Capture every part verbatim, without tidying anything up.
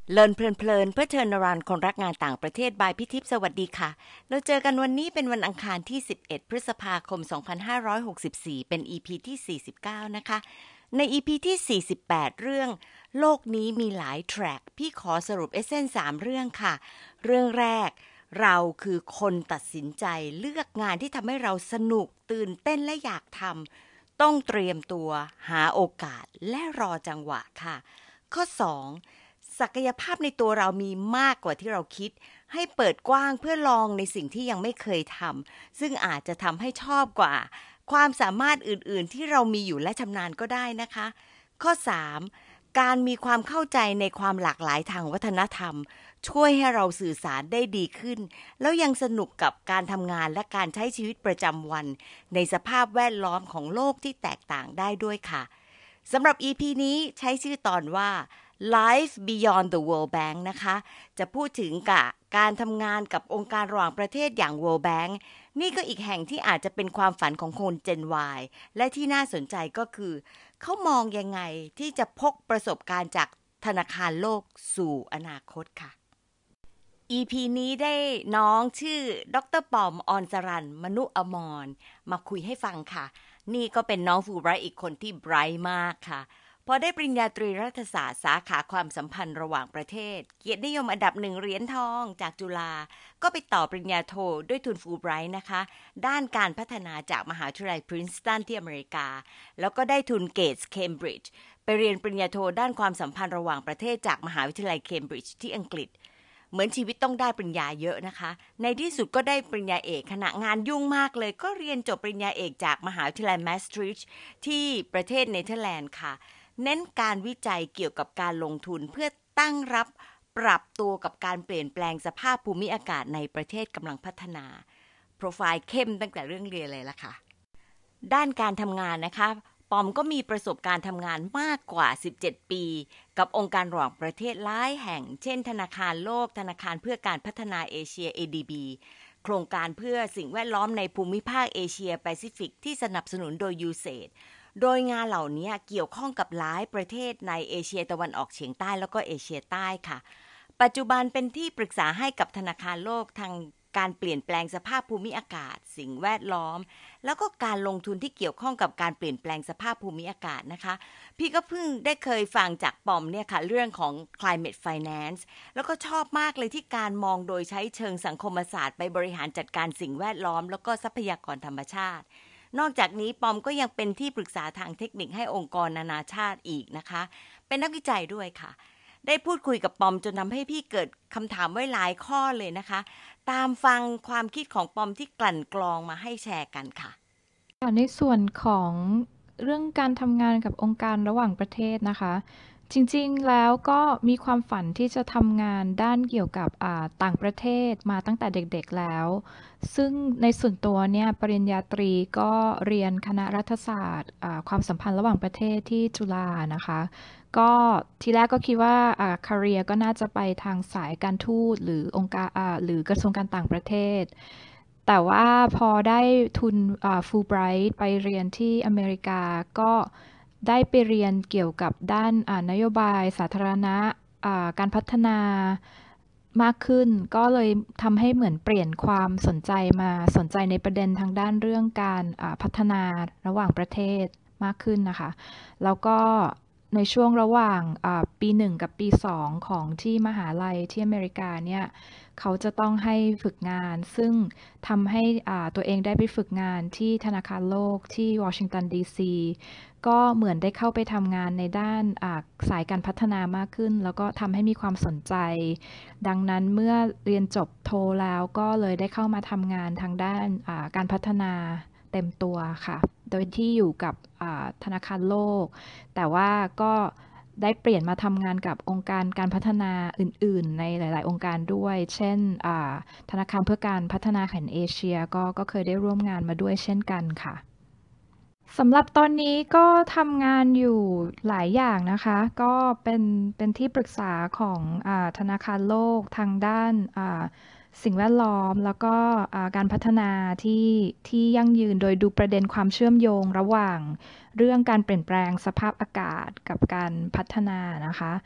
เลินเพลินๆเพื่อเทิร์นอราวด์คนรักงานต่างประเทศบายพิทิพย์สวัสดีค่ะเราเจอกันวันนี้เป็นวันอังคารที่สิบเอ็ดพฤษภาคมสองพันห้าร้อยหกสิบสี่เป็น อี พี ที่สี่สิบเก้านะคะใน อี พี ที่สี่สิบแปดเรื่องโลกนี้มีหลายแทร็กพี่ขอสรุปเอเซนสามเรื่องค่ะเรื่องแรกเราคือคนตัดสินใจเลือกงานที่ทำให้เราสนุกตื่นเต้นและอยากทำต้องเตรียมตัวหาโอกาสและรอจังหวะค่ะข้อสองศักยภาพในตัวเรามีมากกว่าที่เราคิดให้เปิดกว้างเพื่อลองในสิ่งที่ยังไม่เคยทำซึ่งอาจจะทำให้ชอบกว่าความสามารถอื่นๆที่เรามีอยู่และชำนาญก็ได้นะคะข้อสามการมีความเข้าใจในความหลากหลายทางวัฒนธรรมช่วยให้เราสื่อสารได้ดีขึ้นแล้วยังสนุกกับการทำงานและการใช้ชีวิตประจำวันในสภาพแวดล้อมของโลกที่แตกต่างได้ด้วยค่ะสำหรับ อี พี นี้ใช้ชื่อตอนว่า Life Beyond the World Bank นะคะจะพูดถึงกับการทำงานกับองค์การระหว่างประเทศอย่าง World Bank นี่ก็อีกแห่งที่อาจจะเป็นความฝันของคน Gen Y และที่น่าสนใจก็คือเขามองยังไงที่จะพกประสบการณ์จากธนาคารโลกสู่อนาคตค่ะ อี พี นี้ได้น้องชื่อดรปอมออนสรันมนุอมรมาคุยให้ฟังค่ะนี่ก็เป็นน้องฟูลไบรท์อีกคนที่ไบรท์มากค่ะพอได้ปริญญาตรีรัฐศาสตร์สาขาความสัมพันธ์ระหว่างประเทศเกียรตินิยมอันดับหนึ่งเหรียญทองจากจุฬาก็ไปต่อปริญญาโทด้วยทุนฟูลไบรท์นะคะด้านการพัฒนาจากมหาวิทยาลัยพรินสตันที่อเมริกาแล้วก็ได้ทุนเกตส์เคมบริดจ์ไปเรียนปริญญาโทด้านความสัมพันธ์ระหว่างประเทศจากมหาวิทยาลัยเคมบริดจ์ที่อังกฤษเหมือนชีวิตต้องได้ปริญญาเยอะนะคะในที่สุดก็ได้ปริญญาเอกขณะงานยุ่งมากเลยก็เรียนจบปริญญาเอกจากมหาวิทยาลัยแมสทริชที่ประเทศเนเธอร์แลนด์ค่ะเน้นการวิจัยเกี่ยวกับการลงทุนเพื่อตั้งรับปรับตัวกับการเปลี่ยนแปลงสภาพภูมิอากาศในประเทศกำลังพัฒนาโปรไฟล์เข้มตั้งแต่เรื่องเรียนเลยล่ะค่ะด้านการทำงานนะคะปอมก็มีประสบการณ์ทำงานมากกว่าสิบเจ็ดปีกับองค์การระหว่างประเทศหลายแห่งเช่นธนาคารโลกธนาคารเพื่อการพัฒนาเอเชีย เอ ดี บี โครงการเพื่อสิ่งแวดล้อมในภูมิภาคเอเชียแปซิฟิกที่สนับสนุนโดย ยู เซด โดยงานเหล่านี้เกี่ยวข้องกับหลายประเทศในเอเชียตะวันออกเฉียงใต้แล้วก็เอเชียใต้ค่ะปัจจุบันเป็นที่ปรึกษาให้กับธนาคารโลกทางการเปลี่ยนแปลงสภาพภูมิอากาศสิ่งแวดล้อมแล้วก็การลงทุนที่เกี่ยวข้องกับการเปลี่ยนแปลงสภาพภูมิอากาศนะคะพี่ก็เพิ่งได้เคยฟังจากปอมเนี่ยค่ะเรื่องของ climate finance แล้วก็ชอบมากเลยที่การมองโดยใช้เชิงสังคมศาสตร์ไปบริหารจัดการสิ่งแวดล้อมแล้วก็ทรัพยากรธรรมชาตินอกจากนี้ปอมก็ยังเป็นที่ปรึกษาทางเทคนิคให้องค์กรนานาชาติอีกนะคะเป็นนักวิจัยด้วยค่ะได้พูดคุยกับปอมจนทำให้พี่เกิดคำถามไว้หลายข้อเลยนะคะตามฟังความคิดของปอมที่กลั่นกรองมาให้แชร์กันค่ะในส่วนของเรื่องการทำงานกับองค์การระหว่างประเทศนะคะจริงๆแล้วก็มีความฝันที่จะทำงานด้านเกี่ยวกับต่างประเทศมาตั้งแต่เด็กๆแล้วซึ่งในส่วนตัวเนี่ยปริญญาตรีก็เรียนคณะรัฐศาสตร์ความสัมพันธ์ระหว่างประเทศที่จุฬานะคะก็ทีแรกก็คิดว่า career ก็น่าจะไปทางสายการทูตหรือองค์การหรือกระทรวงการต่างประเทศแต่ว่าพอได้ทุนฟูลไบรท์ไปเรียนที่อเมริกาก็ได้ไปเรียนเกี่ยวกับด้านนโยบายสาธารณะการพัฒนามากขึ้นก็เลยทำให้เหมือนเปลี่ยนความสนใจมาสนใจในประเด็นทางด้านเรื่องการพัฒนาระหว่างประเทศมากขึ้นนะคะแล้วก็ในช่วงระหว่างปีหนึ่งกับปีสองของที่มหาลัยที่อเมริกาเนี่ยเขาจะต้องให้ฝึกงานซึ่งทำให้ตัวเองได้ไปฝึกงานที่ธนาคารโลกที่วอชิงตันดีซีก็เหมือนได้เข้าไปทำงานในด้านสายการพัฒนามากขึ้นแล้วก็ทำให้มีความสนใจดังนั้นเมื่อเรียนจบโทแล้วก็เลยได้เข้ามาทำงานทางด้านการพัฒนาเต็มตัวค่ะโดยที่อยู่กับธนาคารโลกแต่ว่าก็ได้เปลี่ยนมาทำงานกับองค์การการพัฒนาอื่นๆในหลายๆองค์การด้วยเช่นธนาคารเพื่อการพัฒนาแห่งเอเชียก็ก็เคยได้ร่วมงานมาด้วยเช่นกันค่ะสำหรับตอนนี้ก็ทำงานอยู่หลายอย่างนะคะก็เป็นเป็นที่ปรึกษาของธนาคารโลกทางด้านสิ่งแวดล้อมแล้วก็การพัฒนาที่ที่ยั่งยืนโดยดูประเด็นความเชื่อมโยงระหว่างเรื่องการเปลี่ยนแปลงสภาพอากาศกับการพัฒนานะคะ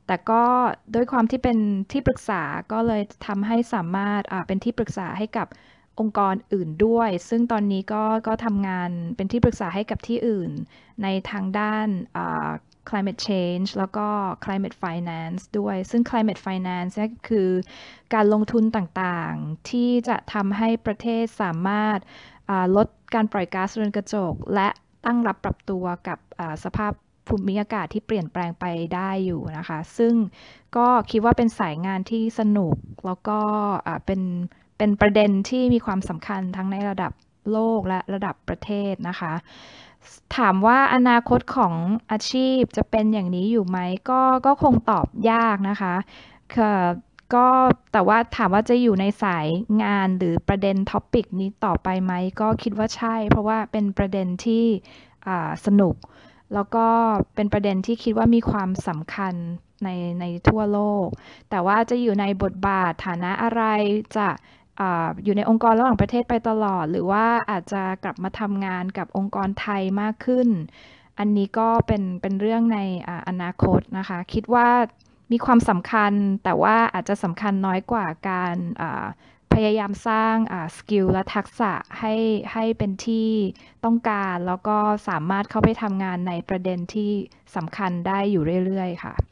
แต่ก็ด้วยความที่เป็นที่ปรึกษาก็เลยทำให้สามารถเป็นที่ปรึกษาให้กับองค์กรอื่นด้วยซึ่งตอนนี้ก็ก็ทำงานเป็นที่ปรึกษาให้กับที่อื่นในทางด้าน climate change แล้วก็ climate finance ด้วยซึ่ง climate finance ก็คือการลงทุนต่างๆที่จะทำให้ประเทศสามารถลดการปล่อยก๊าซเรือนกระจกและตั้งรับปรับตัวกับสภาพภูมิอากาศที่เปลี่ยนแปลงไปได้อยู่นะคะซึ่งก็คิดว่าเป็นสายงานที่สนุกแล้วก็เป็นเป็นประเด็นที่มีความสำคัญทั้งในระดับโลกและระดับประเทศนะคะถามว่าอนาคตของอาชีพจะเป็นอย่างนี้อยู่ไหมก็ก็คงตอบยากนะคะก็แต่ว่าถามว่าจะอยู่ในสายงานหรือประเด็นท็อปิกนี้ต่อไปไหมก็คิดว่าใช่เพราะว่าเป็นประเด็นที่สนุกแล้วก็เป็นประเด็นที่คิดว่ามีความสำคัญในในทั่วโลกแต่ว่าจะอยู่ในบทบาทฐานะอะไรจะอยู่ในองค์กรระหว่างประเทศไปตลอดหรือว่าอาจจะกลับมาทำงานกับองค์กรไทยมากขึ้นอันนี้ก็เป็นเป็นเรื่องในอนาคตนะคะคิดว่ามีความสำคัญแต่ว่าอาจจะสำคัญน้อยกว่าการพยายามสร้างสกิลและทักษะให้ให้เป็นที่ต้องการแล้วก็สามารถเข้าไปทำงานในประเด็นที่สำคัญได้อยู่เรื่อยๆค่ะ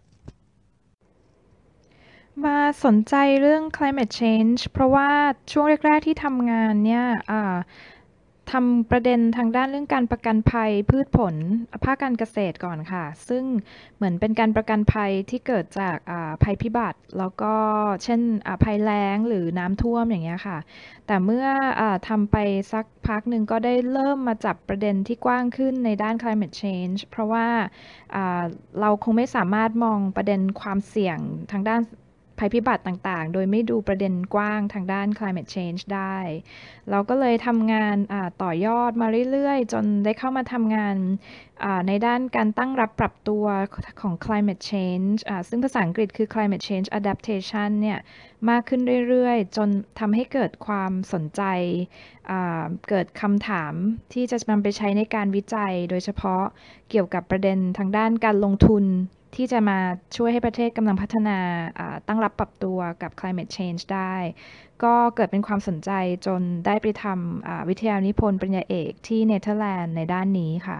มาสนใจเรื่อง climate change เพราะว่าช่วงแรกๆที่ทำงานเนี่ยทำประเด็นทางด้านเรื่องการประกันภัยพืชผลภาคการเกษตรก่อนค่ะซึ่งเหมือนเป็นการประกันภัยที่เกิดจากภัยพิบัติแล้วก็เช่นภัยแล้งหรือน้ำท่วมอย่างเงี้ยค่ะแต่เมื่อทำไปสักพักหนึ่งก็ได้เริ่มมาจับประเด็นที่กว้างขึ้นในด้าน climate change เพราะว่าเราคงไม่สามารถมองประเด็นความเสี่ยงทางด้านภัยพิบัติต่างๆโดยไม่ดูประเด็นกว้างทางด้าน climate change ได้เราก็เลยทำงานต่อยอดมาเรื่อยๆจนได้เข้ามาทำงานในด้านการตั้งรับปรับตัวของ climate change ซึ่งภาษาอังกฤษคือ climate change adaptation เนี่ยมากขึ้นเรื่อยๆจนทำให้เกิดความสนใจเกิดคำถามที่จะนำไปใช้ในการวิจัยโดยเฉพาะเกี่ยวกับประเด็นทางด้านการลงทุนที่จะมาช่วยให้ประเทศกำลังพัฒนาตั้งรับปรับตัวกับ climate change ได้ก็เกิดเป็นความสนใจจนได้ไปทำวิทยานิพนธ์ปริญญาเอกที่เนเธอร์แลนด์ในด้านนี้ค่ะ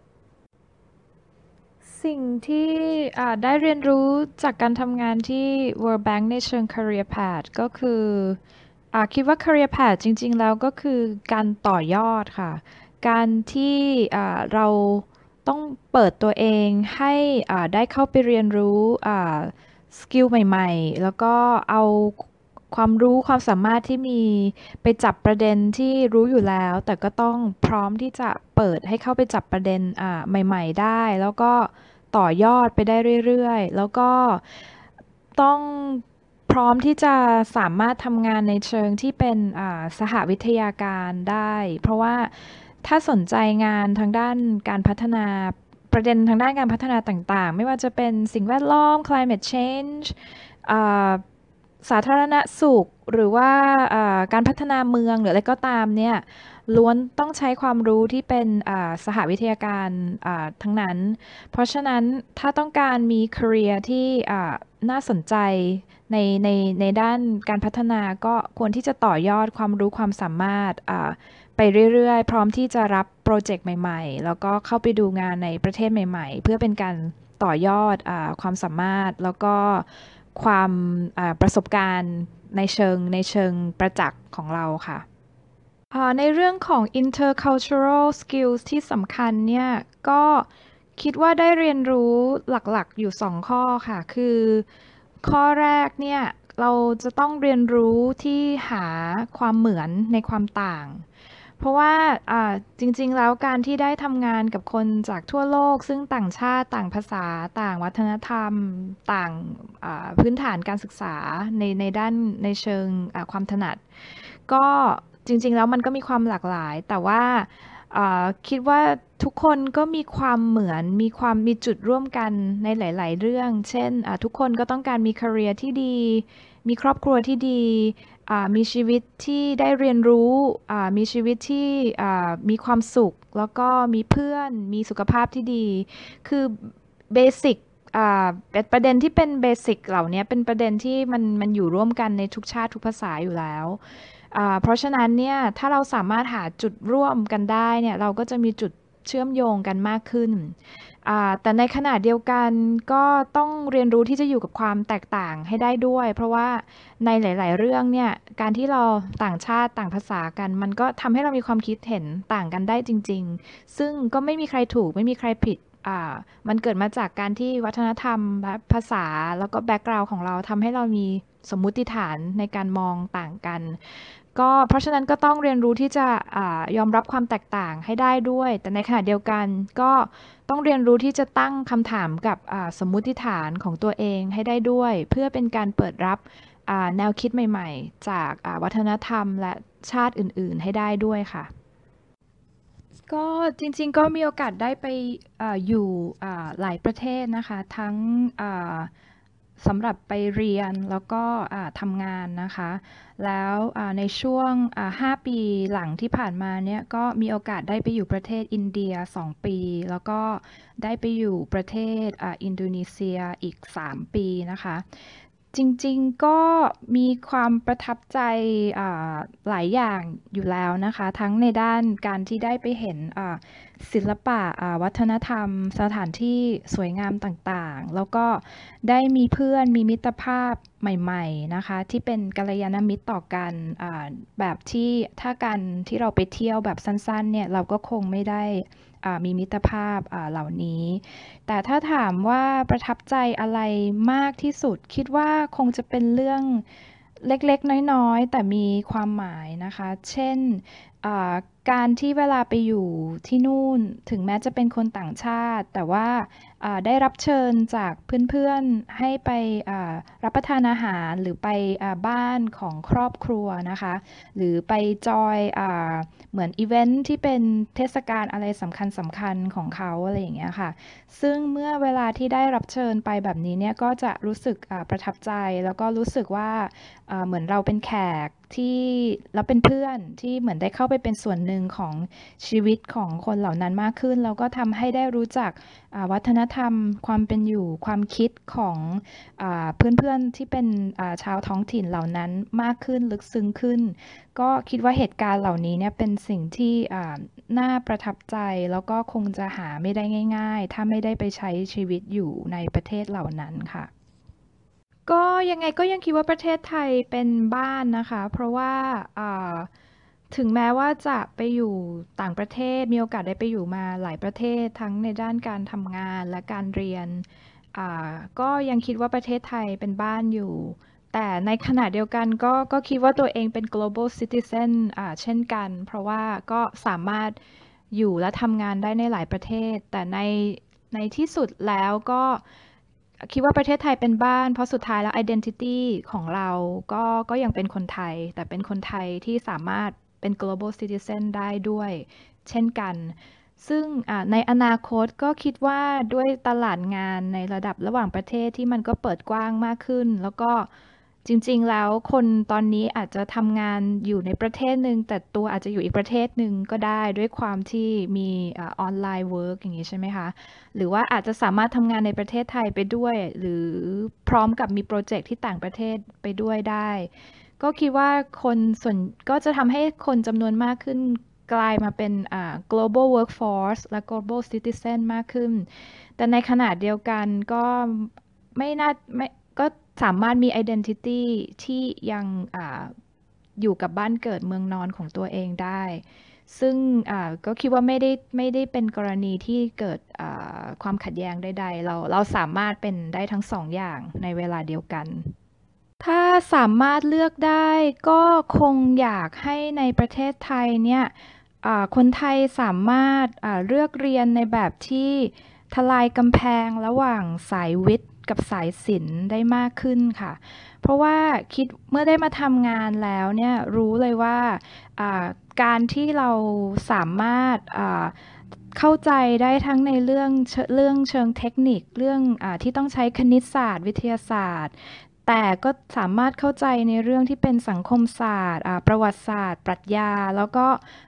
สิ่งที่ได้เรียนรู้จากการทำงานที่ World Bank ในเชิง career path ก็คือคิดว่า career path จริงๆแล้วก็คือการต่อยอดค่ะการที่เราต้องเปิดตัวเองให้ได้เข้าไปเรียนรู้สกิลใหม่ๆแล้วก็เอาความรู้ความสามารถที่มีไปจับประเด็นที่รู้อยู่แล้วแต่ก็ต้องพร้อมที่จะเปิดให้เข้าไปจับประเด็นใหม่ๆได้แล้วก็ต่อยอดไปได้เรื่อยๆแล้วก็ต้องพร้อมที่จะสามารถทำงานในเชิงที่เป็นสหวิทยาการได้เพราะว่าถ้าสนใจงานทางด้านการพัฒนาประเด็นทางด้านการพัฒนาต่างๆไม่ว่าจะเป็นสิ่งแวดล้อม climate change สาธารณสุขหรือว่าการพัฒนาเมืองหรืออะไรก็ตามเนี่ยล้วนต้องใช้ความรู้ที่เป็นสหวิทยาการทั้งนั้นเพราะฉะนั้นถ้าต้องการมี career ที่น่าสนใจในในในด้านการพัฒนาก็ควรที่จะต่อยอดความรู้ความสามารถไปเรื่อยๆพร้อมที่จะรับโปรเจกต์ใหม่ๆแล้วก็เข้าไปดูงานในประเทศใหม่ๆเพื่อเป็นการต่อยอดความสามารถแล้วก็ความประสบการณ์ในเชิงในเชิงประจักษ์ของเราค่ะในเรื่องของ intercultural skills ที่สำคัญเนี่ยก็คิดว่าได้เรียนรู้หลักๆอยู่สองข้อค่ะคือข้อแรกเนี่ยเราจะต้องเรียนรู้ที่หาความเหมือนในความต่างเพราะว่าจริงๆแล้วการที่ได้ทำงานกับคนจากทั่วโลกซึ่งต่างชาติต่างภาษาต่างวัฒนธรรมต่างพื้นฐานการศึกษาในในด้านในเชิงความถนัดก็จริงๆแล้วมันก็มีความหลากหลายแต่ว่าคิดว่าทุกคนก็มีความเหมือนมีความมีจุดร่วมกันในหลายๆเรื่องเช่นทุกคนก็ต้องการมี career ที่ดีมีครอบครัวที่ดีมีชีวิตที่ได้เรียนรู้มีชีวิตที่มีความสุขแล้วก็มีเพื่อนมีสุขภาพที่ดีคือเบสิกอ่าเป็นประเด็นที่เป็นเบสิกเหล่านี้เป็นประเด็นที่มันมันอยู่ร่วมกันในทุกชาติทุกภาษาอยู่แล้วอ่าเพราะฉะนั้นเนี่ยถ้าเราสามารถหาจุดร่วมกันได้เนี่ยเราก็จะมีจุดเชื่อมโยงกันมากขึ้นอ่าแต่ในขณะเดียวกันก็ต้องเรียนรู้ที่จะอยู่กับความแตกต่างให้ได้ด้วยเพราะว่าในหลายๆเรื่องเนี่ยการที่เราต่างชาติต่างภาษากันมันก็ทำให้เรามีความคิดเห็นต่างกันได้จริงๆซึ่งก็ไม่มีใครถูกไม่มีใครผิด อ่ามันเกิดมาจากการที่วัฒนธรรมและภาษาแล้วก็แบ็กกราวด์ของเราทำให้เรามีสมมุติฐานในการมองต่างกันก็เพราะฉะนั้นก็ต้องเรียนรู้ที่จะอายอมรับความแตกต่างให้ได้ด้วยแต่ในขณะเดียวกันก็ต้องเรียนรู้ที่จะตั้งคำถามกับสมมุติฐานของตัวเองให้ได้ด้วยเพื่อเป็นการเปิดรับแนวคิดใหม่ๆจากวัฒนธรรมและชาติอื่นๆให้ได้ด้วยค่ะ ก็จริงๆก็มีโอกาสได้ไปออยู่หลายประเทศนะคะทั้งสำหรับไปเรียนแล้วก็ทำงานนะคะแล้วในช่วงห้าปีหลังที่ผ่านมาเนี่ยก็มีโอกาสได้ไปอยู่ประเทศอินเดียสองปีแล้วก็ได้ไปอยู่ประเทศอินโดนีเซียอีกสามปีนะคะจริงๆก็มีความประทับใจหลายอย่างอยู่แล้วนะคะทั้งในด้านการที่ได้ไปเห็นศิลปะวัฒนธรรมสถานที่สวยงามต่างๆแล้วก็ได้มีเพื่อนมีมิตรภาพใหม่ๆนะคะที่เป็นกัลยาณมิตรต่อกันแบบที่ถ้าการที่เราไปเที่ยวแบบสั้นๆเนี่ยเราก็คงไม่ได้มีมิตรภาพเหล่านี้แต่ถ้าถามว่าประทับใจอะไรมากที่สุดคิดว่าคงจะเป็นเรื่องเล็กๆน้อยๆแต่มีความหมายนะคะเช่นการที่เวลาไปอยู่ที่นู่นถึงแม้จะเป็นคนต่างชาติแต่ว่าได้รับเชิญจากเพื่อนๆให้ไปรับประทานอาหารหรือไปบ้านของครอบครัวนะคะหรือไปจอยเหมือนอีเวนท์ที่เป็นเทศกาลอะไรสำคัญสำคัญของเขาอะไรอย่างเงี้ยค่ะซึ่งเมื่อเวลาที่ได้รับเชิญไปแบบนี้เนี่ยก็จะรู้สึกประทับใจแล้วก็รู้สึกว่าเหมือนเราเป็นแขกที่แล้วเป็นเพื่อนที่เหมือนได้เข้าไปเป็นส่วนหนึ่งของชีวิตของคนเหล่านั้นมากขึ้นแล้วก็ทำให้ได้รู้จักวัฒนธรรมความเป็นอยู่ความคิดของเพื่อนๆที่เป็นชาวท้องถิ่นเหล่านั้นมากขึ้นลึกซึ้งขึ้นก็คิดว่าเหตุการณ์เหล่านี้เนี่ยเป็นสิ่งที่น่าประทับใจแล้วก็คงจะหาไม่ได้ง่ายๆถ้าไม่ได้ไปใช้ชีวิตอยู่ในประเทศเหล่านั้นค่ะก็ยังไงก็ยังคิดว่าประเทศไทยเป็นบ้านนะคะเพราะว่าถึงแม้ว่าจะไปอยู่ต่างประเทศมีโอกาสได้ไปอยู่มาหลายประเทศทั้งในด้านการทำงานและการเรียนก็ยังคิดว่าประเทศไทยเป็นบ้านอยู่แต่ในขณะเดียวกันก็ก็คิดว่าตัวเองเป็น global citizen เช่นกันเพราะว่าก็สามารถอยู่และทำงานได้ในหลายประเทศแต่ในในที่สุดแล้วก็คิดว่าประเทศไทยเป็นบ้านเพราะสุดท้ายแล้ว identity ของเราก็ก็ยังเป็นคนไทยแต่เป็นคนไทยที่สามารถเป็น global citizen ได้ด้วยเช่นกันซึ่งในอนาคตก็คิดว่าด้วยตลาดงานในระดับระหว่างประเทศที่มันก็เปิดกว้างมากขึ้นแล้วก็จริงๆแล้วคนตอนนี้อาจจะทำงานอยู่ในประเทศหนึ่งแต่ตัวอาจจะอยู่อีกประเทศหนึ่งก็ได้ด้วยความที่มีออนไลน์เวิร์กอย่างนี้ใช่ไหมคะหรือว่าอาจจะสามารถทำงานในประเทศไทยไปด้วยหรือพร้อมกับมีโปรเจกต์ที่ต่างประเทศไปด้วยได้ก็คิดว่าคนส่วนก็จะทำให้คนจำนวนมากขึ้นกลายมาเป็น global workforce และ global citizen มากขึ้นแต่ในขณะเดียวกันก็ไม่น่าไม่ก็สามารถมี identity ที่ยังออยู่กับบ้านเกิดเมืองนอนของตัวเองได้ซึ่งก็คิดว่าไม่ได้ไม่ได้เป็นกรณีที่เกิดความขัดแย้งใดๆเราเราสามารถเป็นได้ทั้งสองอย่างในเวลาเดียวกันถ้าสามารถเลือกได้ก็คงอยากให้ในประเทศไทยเนี่ยคนไทยสามารถเลือกเรียนในแบบที่ทลายกำแพงระหว่างสายวิทย์กับสายศิลป์ได้มากขึ้นค่ะเพราะว่าคิดเมื่อได้มาทำงานแล้วเนี่ยรู้เลยว่าการที่เราสามารถเข้าใจได้ทั้งในเรื่องเรื่องเชิงเทคนิคเรื่องอที่ต้องใช้คณิตศาสตร์วิทยาศาสตร์แต่ก็สามารถเข้าใจในเรื่องที่เป็นสังคมศาสตร์ประวัติศาสตร์ปรัชญาแล้วก็ภ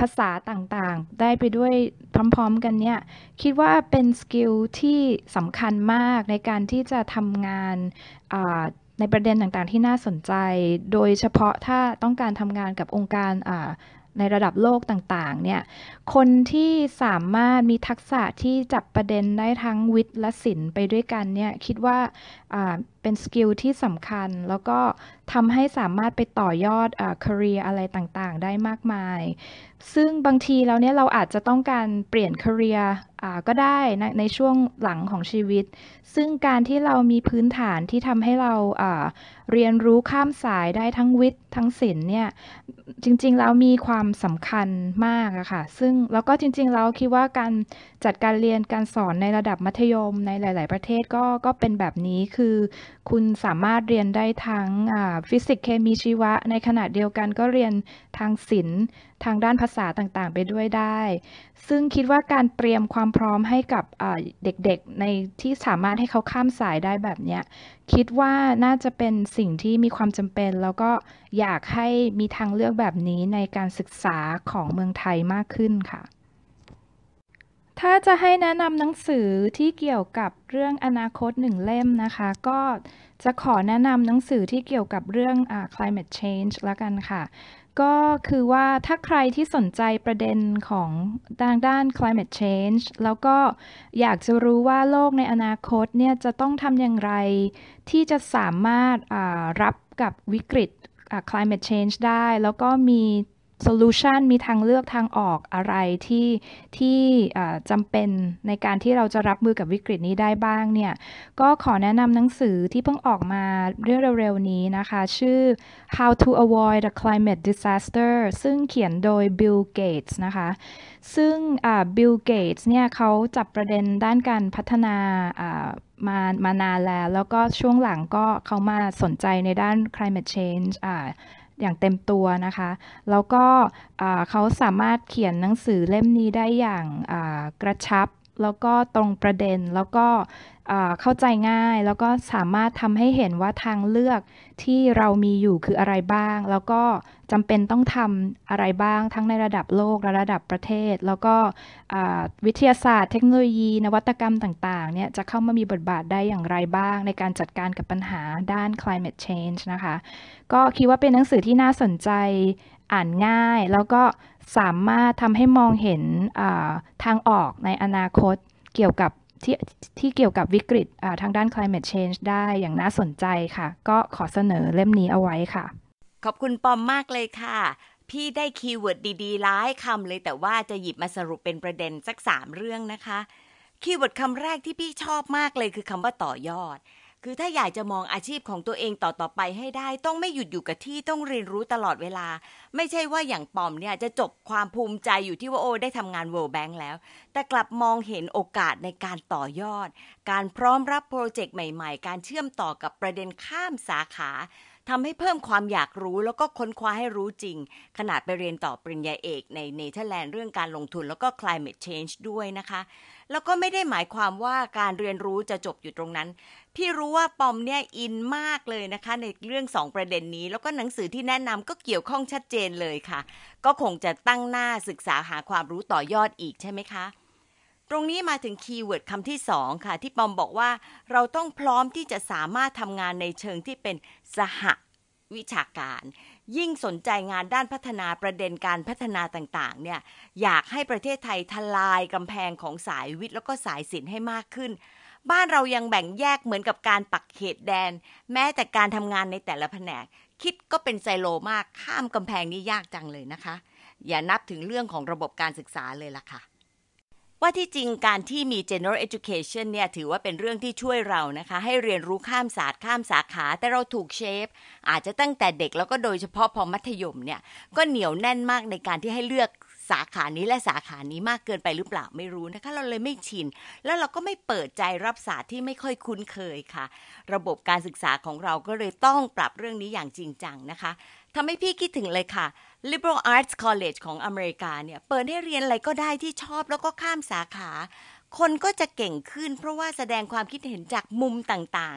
ภาษาต่างๆได้ไปด้วยพร้อมๆกันเนี่ยคิดว่าเป็นสกิลที่สำคัญมากในการที่จะทำงานในประเด็นต่างๆที่น่าสนใจโดยเฉพาะถ้าต้องการทำงานกับองค์การในระดับโลกต่างๆเนี่ยคนที่สามารถมีทักษะที่จับประเด็นได้ทั้งวิทย์และศิลป์ไปด้วยกันเนี่ยคิดว่าเป็นสกิลที่สำคัญแล้วก็ทำให้สามารถไปต่อยอด career อะไรต่างๆได้มากมายซึ่งบางทีแล้วเนี่ยเราอาจจะต้องการเปลี่ยน career ก็ได้ในในช่วงหลังของชีวิตซึ่งการที่เรามีพื้นฐานที่ทำให้เราเรียนรู้ข้ามสายได้ทั้งวิทย์ทั้งศิลป์เนี่ยจริงๆแล้วมีความสำคัญมากอะค่ะซึ่งแล้วก็จริงๆแล้วคิดว่าการจัดการเรียนการสอนในระดับมัธยมในหลายๆประเทศก็ก็เป็นแบบนี้คือคุณสามารถเรียนได้ทั้งฟิสิกส์เคมีชีวะในขณะเดียวกันก็เรียนทางศิลป์ทางด้านภาษาต่างๆไปด้วยได้ซึ่งคิดว่าการเตรียมความพร้อมให้กับเด็กๆในที่สามารถให้เขาข้ามสายได้แบบนี้คิดว่าน่าจะเป็นสิ่งที่มีความจำเป็นแล้วก็อยากให้มีทางเลือกแบบนี้ในการศึกษาของเมืองไทยมากขึ้นค่ะถ้าจะให้แนะนำหนังสือที่เกี่ยวกับเรื่องอนาคตหนึ่งเล่มนะคะก็จะขอแนะนำหนังสือที่เกี่ยวกับเรื่อง climate change ละกันค่ะก็คือว่าถ้าใครที่สนใจประเด็นของด้านด้าน climate change แล้วก็อยากจะรู้ว่าโลกในอนาคตเนี่ยจะต้องทำอย่างไรที่จะสามารถรับกับวิกฤต climate change ได้แล้วก็มีsolution มีทางเลือกทางออกอะไรที่ที่จำเป็นในการที่เราจะรับมือกับวิกฤตนี้ได้บ้างเนี่ยก็ขอแนะนำหนังสือที่เพิ่งออกมาเร็วๆนี้นะคะชื่อ How to Avoid a Climate Disaster ซึ่งเขียนโดย Bill Gates นะคะซึ่ง Bill Gates เนี่ยเขาจับประเด็นด้านการพัฒนามามานานแล้วแล้วก็ช่วงหลังก็เขามาสนใจในด้าน climate changeอย่างเต็มตัวนะคะแล้วก็เขาสามารถเขียนหนังสือเล่มนี้ได้อย่างกระชับแล้วก็ตรงประเด็นแล้วก็เข้าใจง่ายแล้วก็สามารถทำให้เห็นว่าทางเลือกที่เรามีอยู่คืออะไรบ้างแล้วก็จำเป็นต้องทำอะไรบ้างทั้งในระดับโลกและระดับประเทศแล้วก็วิทยาศาสตร์เทคโนโลยีนวัตกรรมต่างๆเนี่ยจะเข้ามามีบทบาทได้อย่างไรบ้างในการจัดการกับปัญหาด้าน climate change นะคะก็คิดว่าเป็นหนังสือที่น่าสนใจอ่านง่ายแล้วก็สามารถทำให้มองเห็นทางออกในอนาคตเกี่ยวกับที่ที่เกี่ยวกับวิกฤตทางด้าน climate change ได้อย่างน่าสนใจค่ะก็ขอเสนอเล่มนี้เอาไว้ค่ะขอบคุณปอมมากเลยค่ะพี่ได้คีย์เวิร์ดดีๆหลายคำเลยแต่ว่าจะหยิบมาสรุปเป็นประเด็นสักสามเรื่องนะคะคีย์เวิร์ดคำแรกที่พี่ชอบมากเลยคือคำว่าต่อยอดคือถ้าอยากจะมองอาชีพของตัวเองต่อๆไปให้ได้ต้องไม่หยุดอยู่กับที่ต้องเรียนรู้ตลอดเวลาไม่ใช่ว่าอย่างปอมเนี่ยจะจบความภูมิใจอยู่ที่ว่าโอ้ได้ทำงาน World Bank แล้วแต่กลับมองเห็นโอกาสในการต่อยอดการพร้อมรับโปรเจกต์ใหม่ๆการเชื่อมต่อกับประเด็นข้ามสาขาทำให้เพิ่มความอยากรู้แล้วก็ค้นคว้าให้รู้จริงขนาดไปเรียนต่อปริญญาเอกในเนเธอร์แลนด์เรื่องการลงทุนแล้วก็ climate change ด้วยนะคะแล้วก็ไม่ได้หมายความว่าการเรียนรู้จะจบอยู่ตรงนั้นพี่รู้ว่าปอมเนี่ยอินมากเลยนะคะในเรื่องสองประเด็นนี้แล้วก็หนังสือที่แนะนำก็เกี่ยวข้องชัดเจนเลยค่ะก็คงจะตั้งหน้าศึกษาหาความรู้ต่อยอดอีกใช่ไหมคะตรงนี้มาถึงคีย์เวิร์ดคำที่สองค่ะที่ปอมบอกว่าเราต้องพร้อมที่จะสามารถทำงานในเชิงที่เป็นสหวิชาการยิ่งสนใจงานด้านพัฒนาประเด็นการพัฒนาต่างๆเนี่ยอยากให้ประเทศไทยทลายกำแพงของสายวิทย์แล้วก็สายศิลป์ให้มากขึ้นบ้านเรายังแบ่งแยกเหมือนกับการปักเขตแดนแม้แต่การทำงานในแต่ละแผนกคิดก็เป็นไซโลมากข้ามกำแพงนี่ยากจังเลยนะคะอย่านับถึงเรื่องของระบบการศึกษาเลยล่ะค่ะว่าที่จริงการที่มี general education เนี่ยถือว่าเป็นเรื่องที่ช่วยเรานะคะให้เรียนรู้ข้ามศาสตร์ข้ามสาขาแต่เราถูกเชฟอาจจะตั้งแต่เด็กแล้วก็โดยเฉพาะพอมัธยมเนี่ยก็เหนียวแน่นมากในการที่ให้เลือกสาขานี้และสาขานี้มากเกินไปหรือเปล่าไม่รู้นะคะเราเลยไม่ชินแล้วเราก็ไม่เปิดใจรับศาสตร์ที่ไม่ค่อยคุ้นเคยค่ะระบบการศึกษาของเราก็เลยต้องปรับเรื่องนี้อย่างจริงจังนะคะทำให้พี่คิดถึงเลยค่ะ Liberal Arts College ของอเมริกาเนี่ยเปิดให้เรียนอะไรก็ได้ที่ชอบแล้วก็ข้ามสาขาคนก็จะเก่งขึ้นเพราะว่าแสดงความคิดเห็นจากมุมต่างๆ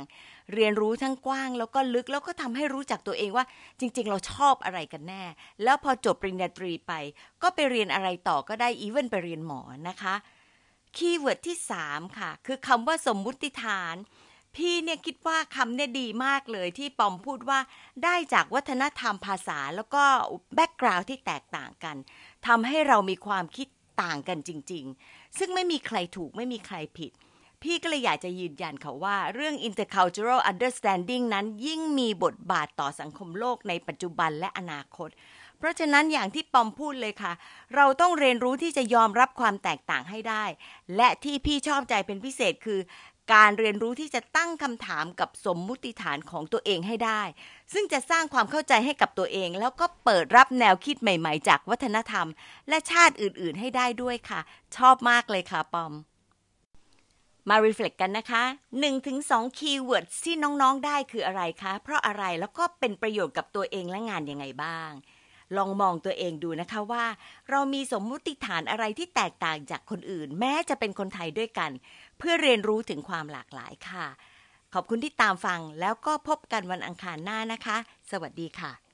เรียนรู้ทั้งกว้างแล้วก็ลึกแล้วก็ทำให้รู้จักตัวเองว่าจริงๆเราชอบอะไรกันแน่แล้วพอจบปริญญาตรีไปก็ไปเรียนอะไรต่อก็ได้อีเวนไปเรียนหมอนะคะคีย์เวิร์ดที่สามค่ะคือคำว่าสมมุติฐานพี่เนี่ยคิดว่าคำเนี่ยดีมากเลยที่ปอมพูดว่าได้จากวัฒนธรรมภาษาแล้วก็แบ็กกราวด์ที่แตกต่างกันทำให้เรามีความคิดต่างกันจริงๆซึ่งไม่มีใครถูกไม่มีใครผิดพี่ก็เลยอยากจะยืนยันค่ะว่าเรื่อง intercultural understanding นั้นยิ่งมีบทบาทต่อสังคมโลกในปัจจุบันและอนาคตเพราะฉะนั้นอย่างที่ปอมพูดเลยค่ะเราต้องเรียนรู้ที่จะยอมรับความแตกต่างให้ได้และที่พี่ชอบใจเป็นพิเศษคือการเรียนรู้ที่จะตั้งคำถามกับสมมุติฐานของตัวเองให้ได้ซึ่งจะสร้างความเข้าใจให้กับตัวเองแล้วก็เปิดรับแนวคิดใหม่ๆจากวัฒนธรรมและชาติอื่นๆให้ได้ด้วยค่ะชอบมากเลยค่ะปอมมารีเฟล็กกันนะคะ หนึ่งถึงสอง keywords ที่น้องๆได้คืออะไรคะเพราะอะไรแล้วก็เป็นประโยชน์กับตัวเองและงานยังไงบ้างลองมองตัวเองดูนะคะว่าเรามีสมมุติฐานอะไรที่แตกต่างจากคนอื่นแม้จะเป็นคนไทยด้วยกันเพื่อเรียนรู้ถึงความหลากหลายค่ะขอบคุณที่ตามฟังแล้วก็พบกันวันอังคารหน้านะคะสวัสดีค่ะ